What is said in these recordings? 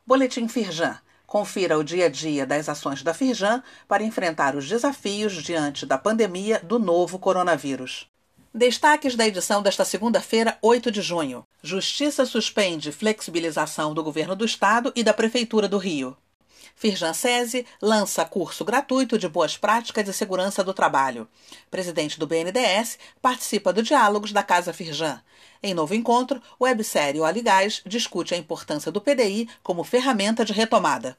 Boletim Firjan. Confira o dia a dia das ações da Firjan para enfrentar os desafios diante da pandemia do novo coronavírus. Destaques da edição desta segunda-feira, 8 de junho. Justiça suspende flexibilização do Governo do Estado e da Prefeitura do Rio. Firjan SESI lança curso gratuito de boas práticas e segurança do trabalho. Presidente do BNDES participa do Diálogos da Casa Firjan. Em novo encontro, o websérie Óleo e Gás discute a importância do PDI como ferramenta de retomada.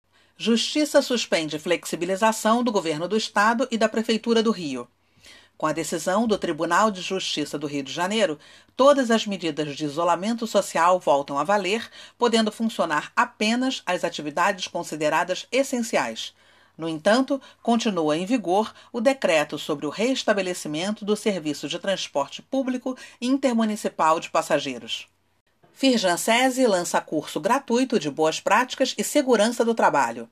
Justiça suspende flexibilização do Governo do Estado e da Prefeitura do Rio. Com a decisão do Tribunal de Justiça do Rio de Janeiro, todas as medidas de isolamento social voltam a valer, podendo funcionar apenas as atividades consideradas essenciais. No entanto, continua em vigor o decreto sobre o reestabelecimento do serviço de transporte público intermunicipal de passageiros. Firjan SESI lança curso gratuito de boas práticas e segurança do trabalho.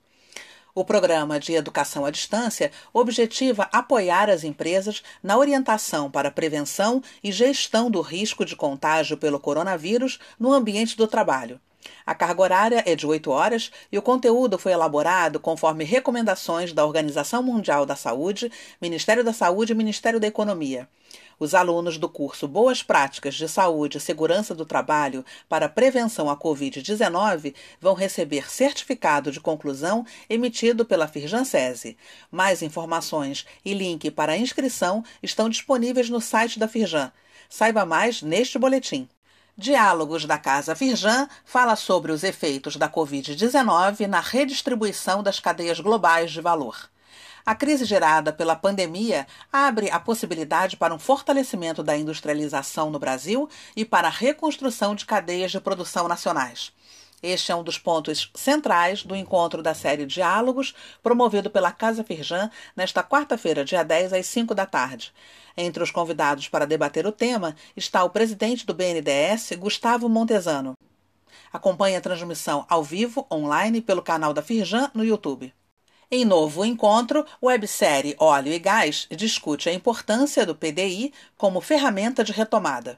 O programa de educação à distância objetiva apoiar as empresas na orientação para prevenção e gestão do risco de contágio pelo coronavírus no ambiente do trabalho. A carga horária é de 8 horas e o conteúdo foi elaborado conforme recomendações da Organização Mundial da Saúde, Ministério da Saúde e Ministério da Economia. Os alunos do curso Boas Práticas de Saúde e Segurança do Trabalho para Prevenção à Covid-19 vão receber certificado de conclusão emitido pela Firjan SESI. Mais informações e link para a inscrição estão disponíveis no site da Firjan. Saiba mais neste boletim. Diálogos da Casa Firjan fala sobre os efeitos da Covid-19 na redistribuição das cadeias globais de valor. A crise gerada pela pandemia abre a possibilidade para um fortalecimento da industrialização no Brasil e para a reconstrução de cadeias de produção nacionais. Este é um dos pontos centrais do encontro da série Diálogos, promovido pela Casa Firjan nesta quarta-feira, dia 10, às 5 da tarde. Entre os convidados para debater o tema está o presidente do BNDES, Gustavo Montesano. Acompanhe a transmissão ao vivo, online, pelo canal da Firjan no YouTube. Em novo encontro, o websérie Óleo e Gás discute a importância do PDI como ferramenta de retomada.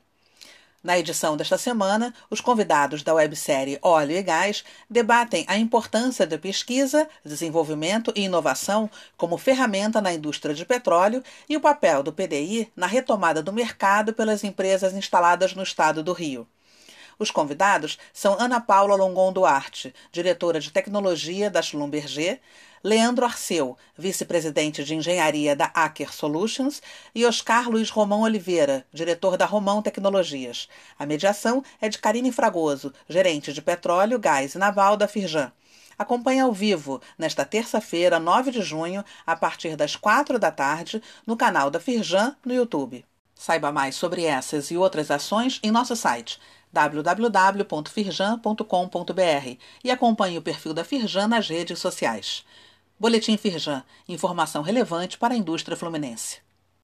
Na edição desta semana, os convidados da websérie Óleo e Gás debatem a importância da pesquisa, desenvolvimento e inovação como ferramenta na indústria de petróleo e o papel do PDI na retomada do mercado pelas empresas instaladas no estado do Rio. Os convidados são Ana Paula Longon Duarte, diretora de tecnologia da Schlumberger, Leandro Arceu, vice-presidente de engenharia da Aker Solutions, e Oscar Luiz Romão Oliveira, diretor da Romão Tecnologias. A mediação é de Karine Fragoso, gerente de petróleo, gás e naval da Firjan. Acompanhe ao vivo, nesta terça-feira, 9 de junho, a partir das 4 da tarde, no canal da Firjan no YouTube. Saiba mais sobre essas e outras ações em nosso site www.firjan.com.br e acompanhe o perfil da Firjan nas redes sociais. Boletim Firjan, informação relevante para a indústria fluminense.